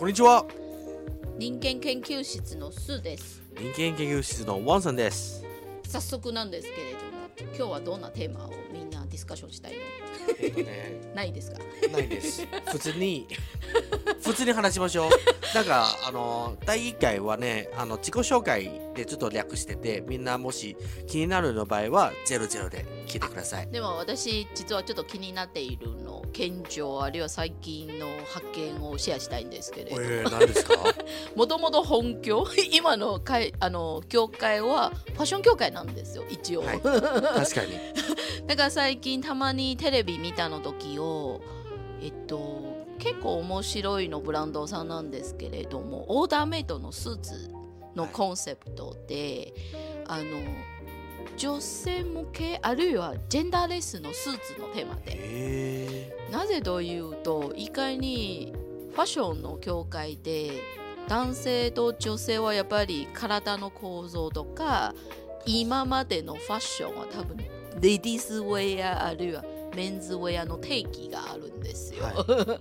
こんにちは。 人間研究室のスーです。 人間研究室のワンさんです。 早速なんですけれども、今日はどんなテーマをみんなディスカッションしたいの？ないですか？ ないです。普通に話しましょう。なんか第1回はね、自己紹介でちょっと略してて、みんなもし気になるの場合は00で聞いてください。 でも私実はちょっと気になっているの現状あるいは最近の発見をシェアしたいんですけれど、 何ですか？ もともと本業今の業界はファッション業界なんですよ一応、 はい、確かに。 だから最近たまにテレビ見たの時を結構面白いのブランドさんなんですけれども、オーダーメイドのスーツのコンセプトで、女性向けあるいはジェンダーレスのスーツのテーマで、なぜというと意外にファッションの業界で男性と女性はやっぱり体の構造とか今までのファッションは多分レディースウェアあるいはメンズウェアの定義があるんですよ、はい、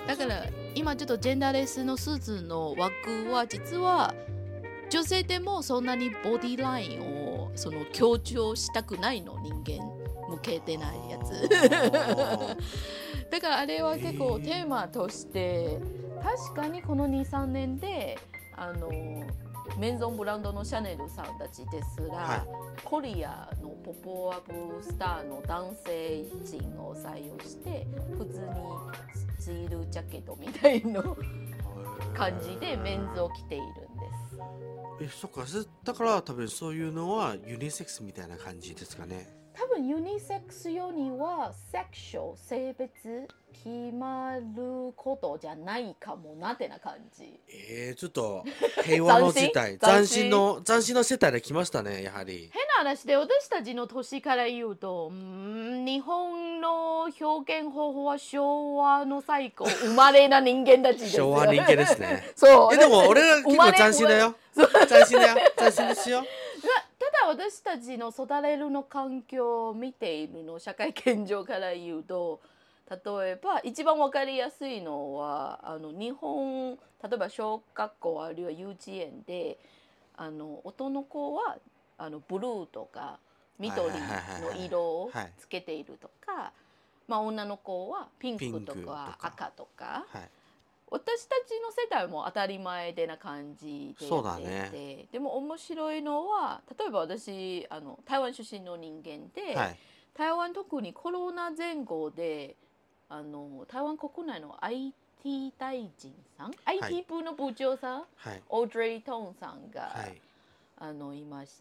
だから今ちょっとジェンダーレスのスーツの枠は実は女性でもそんなにボディラインを強調したくないの、人間向けてないやつだからあれは結構テーマとして確かにこの 2,3 年でメンズオンブランドのシャネルさんたちですら、はい、コリアのポポアップスターの男性陣を採用して普通にスチールジャケットみたいな感じでメンズを着ているんです。 そっか、だから多分そういうのはユニセックスみたいな感じですかね。 多分ユニセックスよりはセクシュアル、性別決まることじゃないかもなってな感じ。 ちょっと平和の時代斬新の世代で来ましたね。やはり変な話で私たちの年から言うと日本の表現方法は昭和の最高生まれな人間たちですよ。 昭和人間ですねそうでも俺ら結構斬新だよ。斬新ですよただ私たちの育てるの環境を見ているの社会現状から言うと、例えば一番わかりやすいのは日本、例えば小学校あるいは幼稚園で男の子はブルーとか緑の色をつけているとか、女の子はピンクとか赤とか、私たちの世代も当たり前でな感じでやっていて、ね、でも面白いのは例えば私台湾出身の人間で、はい、台湾特にコロナ前後で台湾国内の IT 大臣さん、はい、IT 部の部長さん、はい、オードリー・トーンさんが、はい、いまして、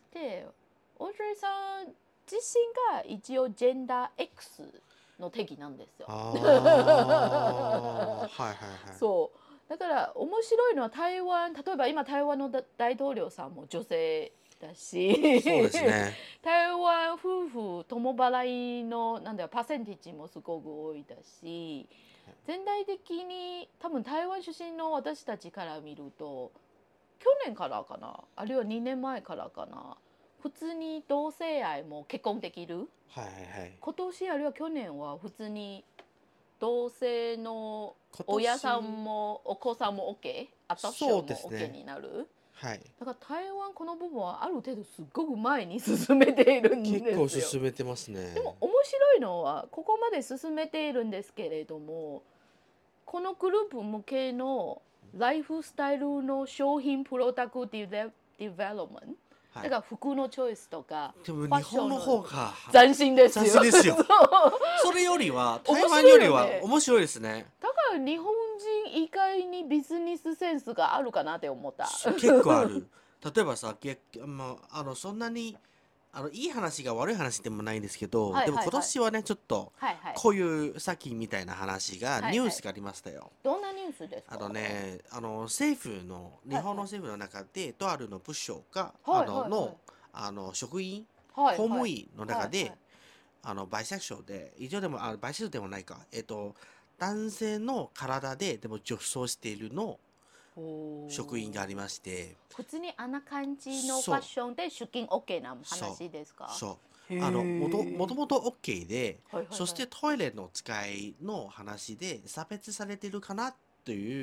オードリーさん自身が一応ジェンダー Xの定義なんですよ。そうだから面白いのは台湾、例えば今台湾の大統領さんも女性だし、そうですね、台湾夫婦共払いのパーセンテージもすごく多いだし、全体的に多分台湾出身の私たちから見ると去年からかな、あるいは2年前からかな、普通に同性愛も結婚できる、はいはいはい、今年あるいは去年は普通に同性の親さんもお子さんも OK、 アダプションも OK になる、はい、だから台湾この部分はある程度すごく前に進めているんですよ。 結構進めてますね。 でも面白いのはここまで進めているんですけれども、このグループ向けのライフスタイルの商品プロダクトディベロップメント、だから服のチョイスとか、 でも日本の方が斬新ですよ。 斬新ですよそれよりは台湾よりは面白いですね。 だから日本人以外にビジネスセンスがあるかなって思った。 結構ある。例えばさ、そんなにいい話が悪い話でもないんですけど、はいはいはい、でも今年はねちょっと、はいはい、こういうさっきみたいな話が、ニュースがありましたよ、はいはい、 どんなニュースですか？ 政府の日本の政府の中で、はいはい、とあるの部署が、はいはいはい、職員、はいはい、公務員の中で、はいはい、バイセクションで一応でもバイセクションでもないか、男性の体ででも女装しているの職員がありまして、 普通にあんな感じのファッションで出勤 OK な話ですか？ そうもともと OK で、はいはいはい、そしてトイレの使いの話で差別されてるかなという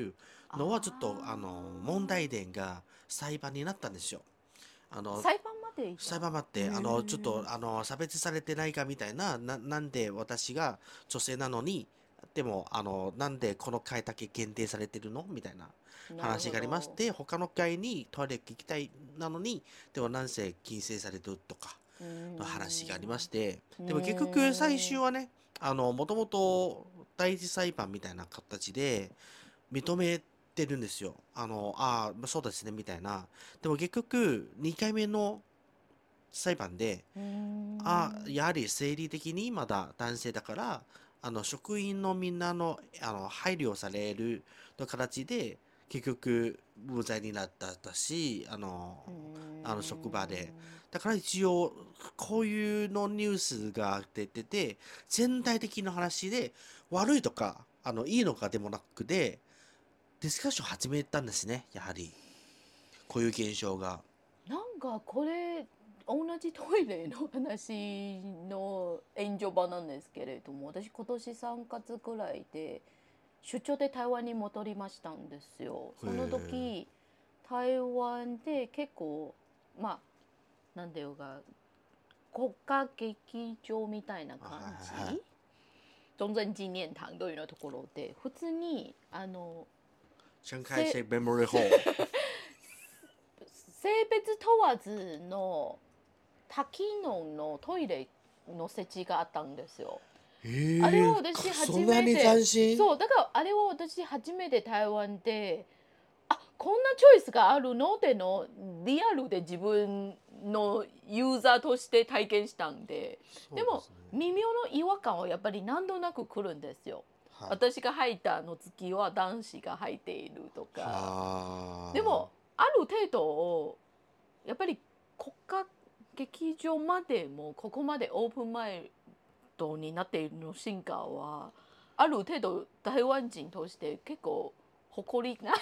のはちょっと問題点が裁判になったんですよ。 裁判まで行った。 裁判までちょっと差別されてないかみたいなんで私が女性なのにでもなんでこの階だけ限定されてるのみたいな話がありまして、他の階にトイレ行きたいなのにでもなんせ禁制されてるとかの話がありまして、でも結局最終はねもともと第一裁判みたいな形で認めてるんですよ。そうですねみたいな。でも結局2回目の裁判でやはり生理的にまだ男性だから職員のみんなの配慮されるの形で結局無罪になったし職場でだから一応こういうのニュースが出てて全体的な話で悪いとかいいのかでもなくてディスカッション始めたんですね。やはりこういう現象がなんかこれ同じトイレの話の援助場なんですけれども、私今年3月くらいで出張で台湾に戻りましたんですよ。その時台湾で結構なんていうか国家劇場みたいな感じ、中正紀念堂というようなところで普通に上海市メモリーホール性別問わずの多機能のトイレの設置があったんですよ。あれを私初めてそうだからあれを私初めて台湾でこんなチョイスがあるのでのリアルで自分のユーザーとして体験したんで、でも微妙な違和感はやっぱり何となく来るんですよ。私が履いたの月は男子が履いているとか、でもある程度やっぱり国家劇場までもここまでオープンマインドになっているの進化はある程度台湾人として結構誇りな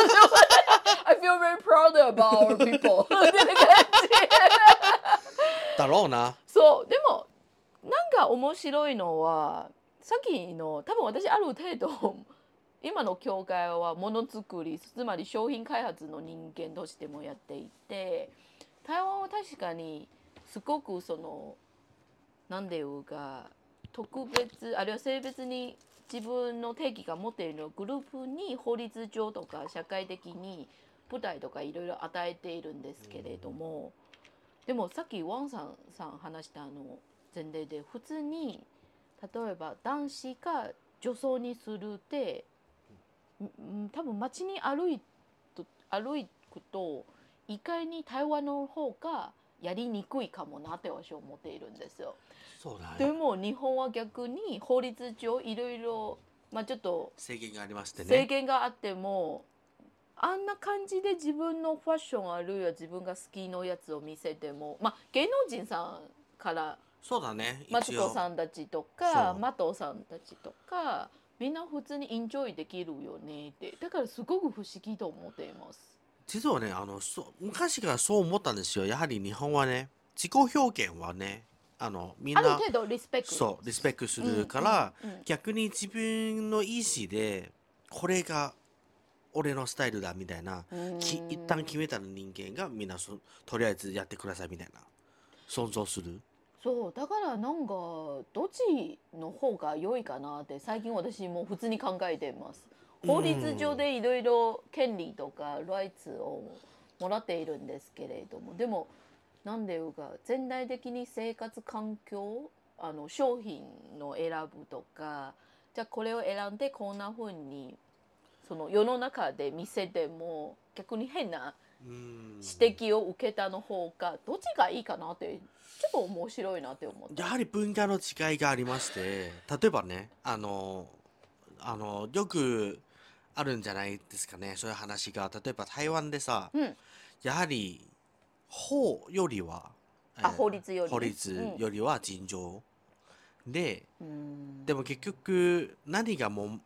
I feel very proud about our people だろうな。 そうでもなんか面白いのはさっきの多分私ある程度今の協会はものづくりつまり商品開発の人間としてもやっていて、台湾は確かにすごくなんていうか特別あるいは性別に自分の定義が持っているグループに法律上とか社会的に舞台とかいろいろ与えているんですけれども、でもさっきワンさん話した前例で普通に例えば男子が女装にするって多分街に歩くと意外に台湾の方がやりにくいかもなって私は思っているんですよ。 そうだね。 でも日本は逆に法律上いろいろちょっと制限がありましてね。 制限があってもあんな感じで自分のファッションあるいは自分が好きのやつを見せても芸能人さんからそうだね。 マツコさんたちとかマトさんたちとかみんな普通にエンジョイできるよねってだからすごく不思議と思っています。 実はね昔からそう思ったんですよ。やはり日本はね自己表現はねみんなある程度リスペクトするから、逆に自分の意思でこれが俺のスタイルだみたいな一旦決めた人間がみんなとりあえずやってくださいみたいな尊重する。 そうだからなんかどっちの方が良いかなって最近私も普通に考えています。法律上でいろいろ権利とかライツをもらっているんですけれども、でもなんでいうか全体的に生活環境商品の選ぶとかじゃあこれを選んでこんな風に世の中で見せても逆に変な指摘を受けたの方がどっちがいいかなってちょっと面白いなって思って。 やはり文化の違いがありまして例えばねよくあるんじゃないですかねそういう話が。例えば台湾でさ、やはり法よりは、 法律よりは尋常で、でも結局何が守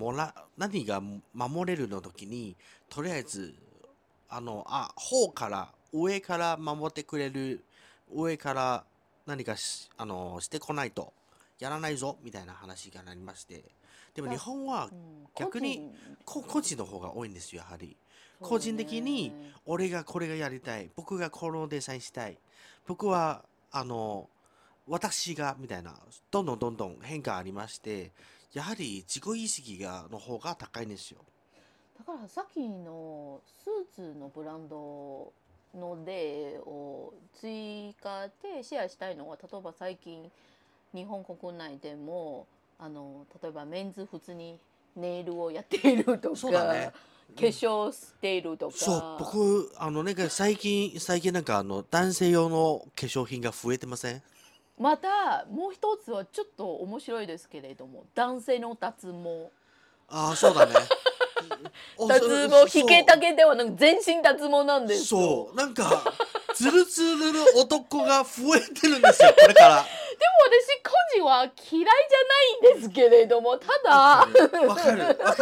れるの時にとりあえず法から上から守ってくれる上から何かしてこないとやらないぞみたいな話がなりまして、でも日本は逆に個人の方が多いんですよ。やはり個人的に俺がこれがやりたい、僕がこのデザインしたい、僕は私がみたいな、どんどん変化ありまして、やはり自己意識の方が高いんですよ。 だからさっきのスーツのブランドの例を追加でシェアしたいのは、例えば最近日本国内でも例えばメンズ普通にネイルをやっているとか、 そうだね、 化粧しているとか。 そう僕なんか最近なんか男性用の化粧品が増えてません？ またもう一つはちょっと面白いですけれども、男性の脱毛。 ああそうだね脱毛、ひげだけではなく全身脱毛なんですよ。 そうなんかツルツルの男が増えてるんですよこれから。 でも私個人は嫌いじゃないんですけれども、ただわかるよでも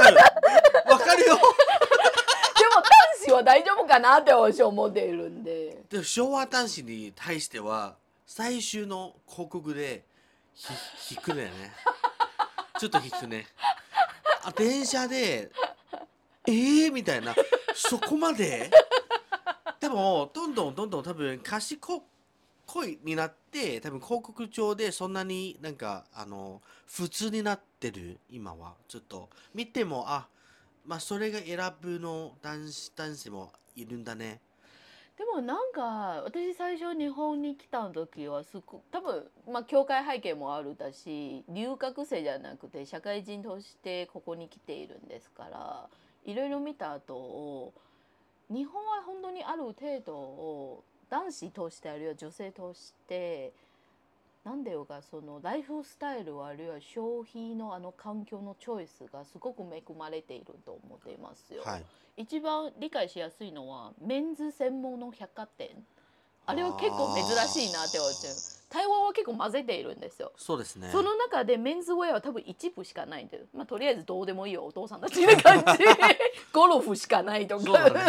男子は大丈夫かなって私は思っているんで。 で昭和男子に対しては最終の広告で引くねちょっと引くね。電車でみたいな、そこまで。でもどんどん多分賢いになって、多分広告上でそんなになんか普通になってる。今はちょっと見てもまあそれが選ぶの男子もいるんだね。 でもなんか私最初日本に来た時は多分教会背景もあるだし、留学生じゃなくて社会人としてここに来ているんですから、いろいろ見た後、日本は本当にある程度男子としてあるいは女性としてなんでよか、そのライフスタイルあるいは消費の環境のチョイスがすごく恵まれていると思っていますよ。 はい。 一番理解しやすいのはメンズ専門の百貨店。あれは結構珍しいなって思って。台湾は結構混ぜているんですよ。 そうですね。 その中でメンズウェアは多分一部しかないんで、とりあえずどうでもいいよお父さんたちな感じゴルフしかないとか。 そうだね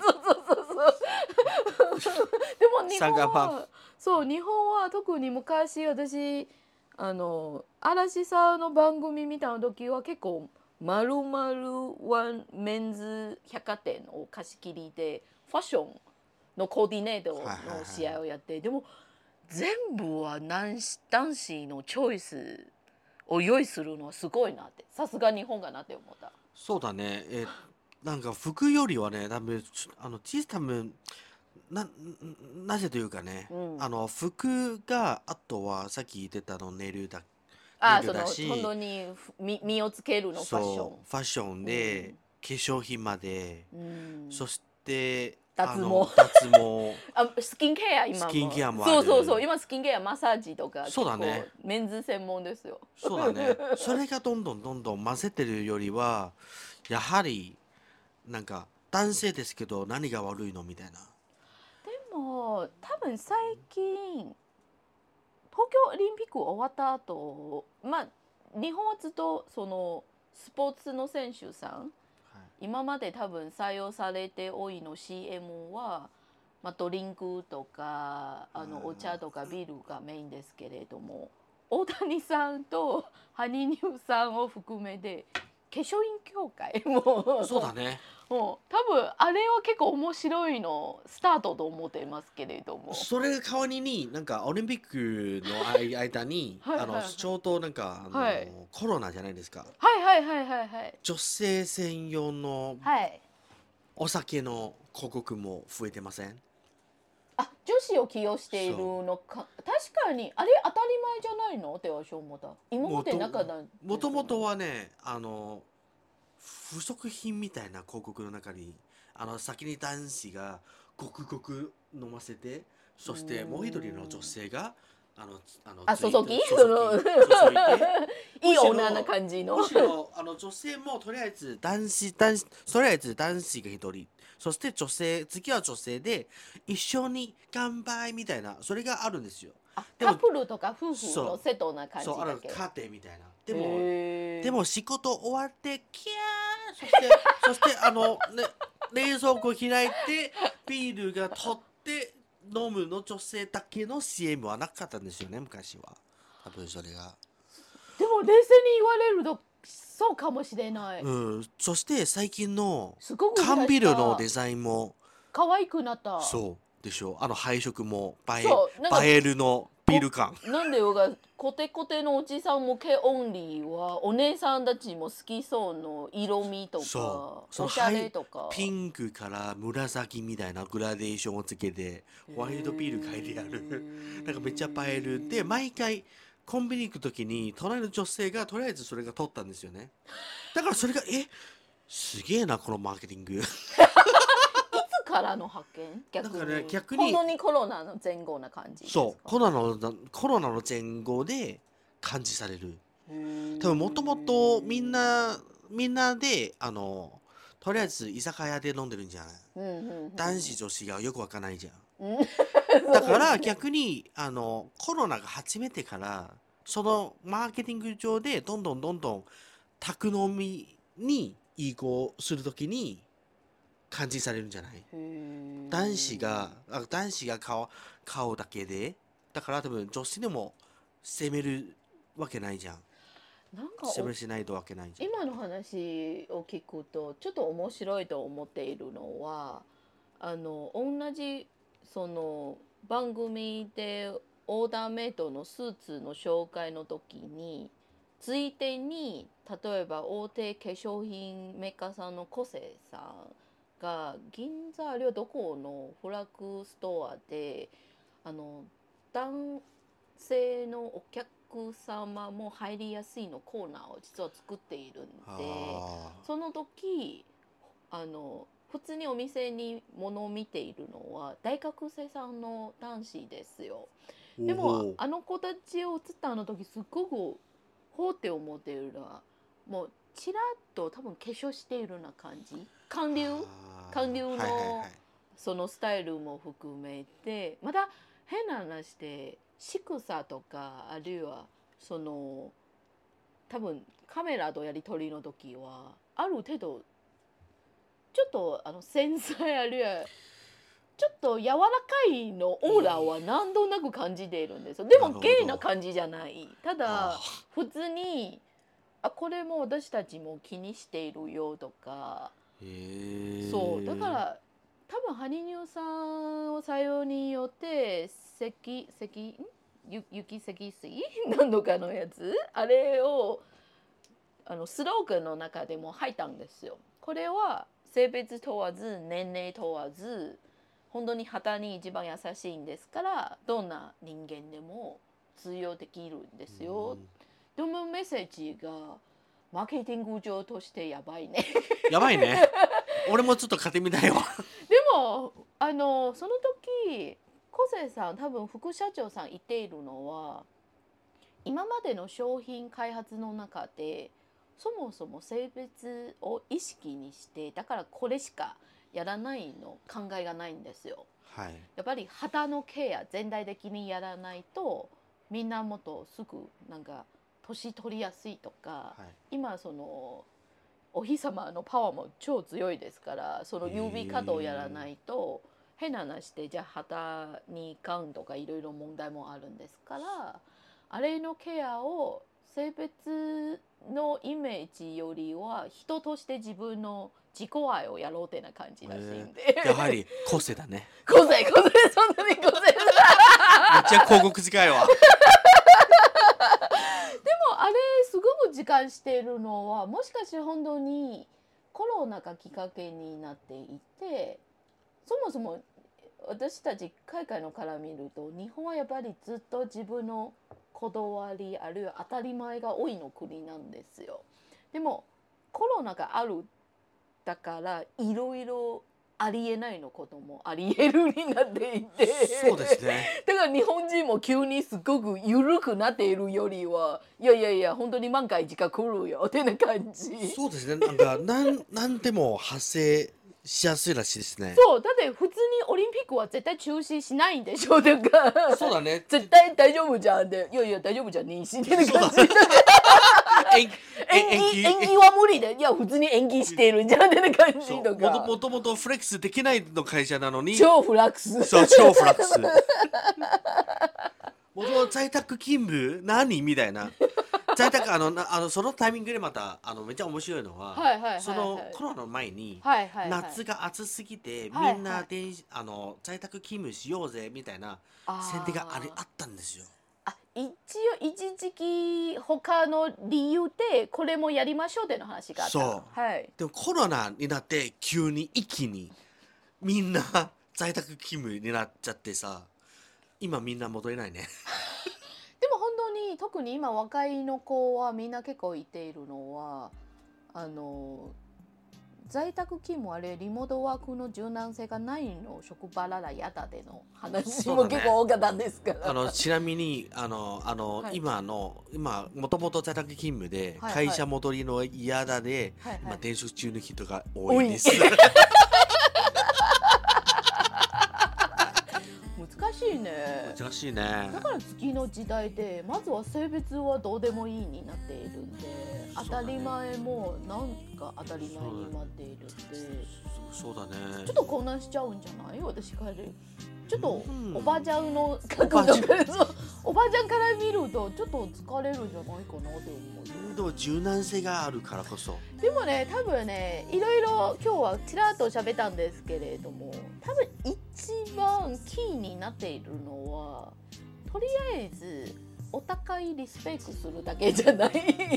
でも日本サガパンは日本は特に昔私嵐さんの番組見た時は結構まるまるワンメンズ百貨店を貸し切りでファッションのコーディネートの試合をやって、でも全部は男子のチョイスを用意するのはすごいなって、さすが日本がなって思った。 そうだね。なんか服よりはね、多分多分なぜというかね、服が、あとはさっき言ってたネイルだし、 本当に身をつけるのファッション、 ファッションで、化粧品まで、そして脱毛スキンケア今もスキンケアもある。 そう今スキンケアマッサージとかそうだね、 結構メンズ専門ですよ。 そうだねそれがどんどん混ぜてるよりは、やはりなんか男性ですけど何が悪いのみたいな。 でも多分最近東京オリンピック終わった後、日本はずっとそのスポーツの選手さん、今まで多分採用されて多いの CM は、ドリンクとかお茶とかビールがメインですけれども、大谷さんと羽生さんを含めて化粧品協会もそうだね多分あれは結構面白いのスタートと思っていますけれども、 それが代わりになんかオリンピックの間にちょうどなんかコロナじゃないですか。女性専用のお酒の広告も増えてません？ 女子を起用しているのか。確かにあれ当たり前じゃないのって私は思った。今までなかった。 もともとはね、不足品みたいな広告の中に先に男子がごくごく飲ませて、そしてもう一人の女性が注ぎいい女な感じの。 むしろ女性もとりあえず男子が一人、そして次は女性で一緒に乾杯みたいな、それがあるんですよ。 カップルとか夫婦のセットな感じだけ。 そう家庭みたいな。でも仕事終わってキャー、そして冷蔵庫開いてビールが取って飲むの女性だけの CM はなかったんですよね、昔は。多分それが。 冷静に言われるとそうかもしれない。 そして最近のすごく缶ビールのデザインも可愛くなった。 そうでしょ。配色もそう映えるのビール感。 なんでよがコテコテのおじさん向けオンリーはお姉さんたちも好きそうの色味とかおしゃれとかピンクから紫みたいなグラデーションをつけてホワイトビール書いてあるなんかめっちゃ映える。で毎回コンビニ行く時に隣の女性がとりあえずそれが取ったんですよね。だからそれがすげえなこのマーケティング。いつからの発見？逆に本当にコロナの前後な感じですか？ そうコロナの前後で感じされる。多分もともとみんなでとりあえず居酒屋で飲んでるんじゃない、男子女子がよくわかんないじゃん。だから逆にコロナが始めてからそのマーケティング上でどんどん宅飲みに移行するときに感じされるんじゃない？男子が顔だけでだから多分女子でも攻めるわけないじゃん。 なんか攻めしないとわけないじゃん。 今の話を聞くとちょっと面白いと思っているのは同じその番組でオーダーメイドのスーツの紹介の時についでに例えば大手化粧品メーカーさんのコセさんが銀座あるいはどこのフラッグストアで男性のお客様も入りやすいのコーナーを実は作っているんでその時普通にお店に物を見ているのは大学生さんの男子ですよ。でも子たちを映った時すっごくほうって思っているのはもうちらっと多分化粧しているような感じ韓流のそのスタイルも含めてまた変な話で仕草とかあるいはその多分カメラとやり取りの時はある程度ちょっと繊細あるいはちょっと柔らかいのオーラは何となく感じているんですよ。でもゲイな感じじゃない。ただ普通にこれも私たちも気にしているよとかそうだから多分ハニニューさんを採用によって雪積水何度かのやつあれをスローガンの中でも入ったんですよ。これは性別問わず年齢問わず本当に肌に一番優しいんですからどんな人間でも通用できるんですよ。でもメッセージがマーケティング上としてやばいねやばいね俺もちょっと買ってみたいわでもその時小瀬さん多分副社長さん言っているのは今までの商品開発の中でそもそも性別を意識にしてだからこれしかやらないの考えがないんですよ。やっぱり肌のケア全体的にやらないとみんなもっとすぐなんか年取りやすいとか、今そのお日様のパワーも超強いですからその UV カットをやらないと変な話でじゃあ肌にガウンとかいろいろ問題もあるんですからあれのケアを性別のイメージよりは人として自分の自己愛をやろうってな感じらしいんで、 やはり個性だね個性そんなに個性だめっちゃ広告近いわでもあれすごく時間しているのはもしかして本当にコロナがきっかけになっていてそもそも私たち海外のから見ると日本はやっぱりずっと自分のこだわりあるいは当たり前が多いの国なんですよ。でもコロナがあるだからいろいろありえないのこともありえるになっていてそうですねだから日本人も急にすごく緩くなっているよりはいや本当に万が一が来るよってな感じ。 そうですねなんでも発生しやすいらしいですね。 そうだって普通にオリンピックは絶対中止しないんでしょだからそうだね絶対大丈夫じゃんでいや大丈夫じゃねえしって感じ延期は無理でいや普通に延期しているじゃんって感じとかもともとフレックスできないの会社なのに超フラックスそう超フラックスもと在宅勤務何みたいな在宅そのタイミングでまためっちゃ面白いのは、そのコロナの前に、夏が暑すぎて、みんなで在宅勤務しようぜみたいな宣伝があったんですよ。 一応一時期他の理由でこれもやりましょうでの話があった。 そう、でもコロナになって急に一気にみんな在宅勤務になっちゃってさ、今みんな戻れないね。 でも本当に特に今若いの子はみんな結構言っているのは在宅勤務あれリモートワークの柔軟性がないの職場ららやだでの話も結構多かったんですから、 ちなみに今もともと在宅勤務で会社戻りの嫌だで、今転職中の人が多いです。 難しいね。 難しいね。 だから次の時代でまずは性別はどうでもいいになっているんで、当たり前もなんか当たり前になっているって、 そうだね。 ちょっと混乱しちゃうんじゃない？私からちょっとおばちゃんの角度からおばちゃんから見るとちょっと疲れるんじゃないかなって思う。 でも柔軟性があるからこそ。 でもね、多分ね、いろいろ今日はちらっと喋ったんですけれども、多分一番キーになっているのはとりあえずお互いリスペクトするだけじゃない。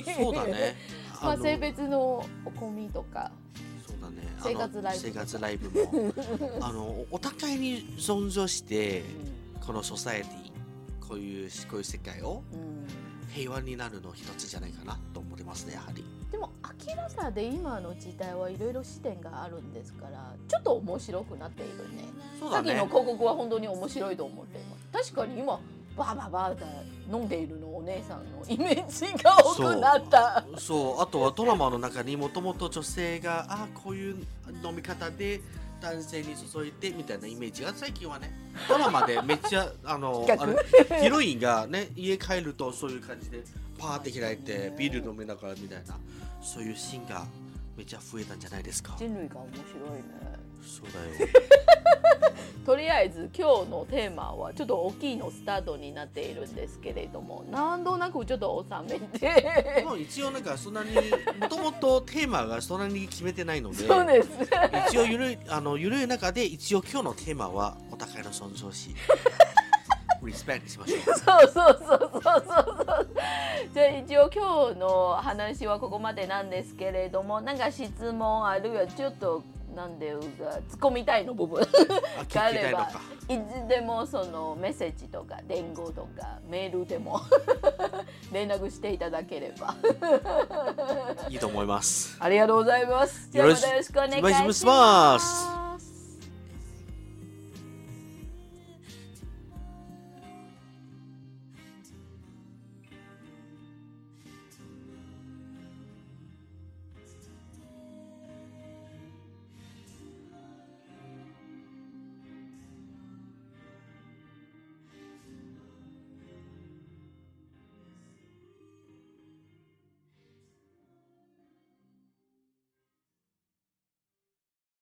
そうだね。 性別の込みとか。 そうだね。 生活ライブもお互いに尊重して、このソサエティこういう世界を平和になるの一つじゃないかなと思ってますね、やはり。でも明らかで今の時代はいろいろ視点があるんですから、ちょっと面白くなっているね。さっきの広告は本当に面白いと思っています。確かに今バーバーバーだ飲んでいるのお姉さんのイメージが多くなった。 そう、あとはドラマの中にもともと女性がこういう飲み方で男性に注いでみたいなイメージが最近はね、ドラマでめっちゃヒロインがね家帰るとそういう感じでパーって開いてビール飲みながらみたいな、そういうシーンがめっちゃ増えたんじゃないですか。 人類が面白いね。 そうだよ。 とりあえず今日のテーマはちょっと大きいのスタートになっているんですけれども、なんとなくちょっと収めて一応なんかそんなにもともとテーマがそんなに決めてないので、 そうです一応ゆるい中で一応今日のテーマはお互いの尊重しリスペクトしましょう。 そうじゃあ一応今日の話はここまでなんですけれども、なんか質問あるいはちょっとなんで突っ込みたいの部分があれば、いつでもそのメッセージとか伝言とかメールでも連絡していただければいいと思います。 ありがとうございます。じゃあまたよろしくお願いします。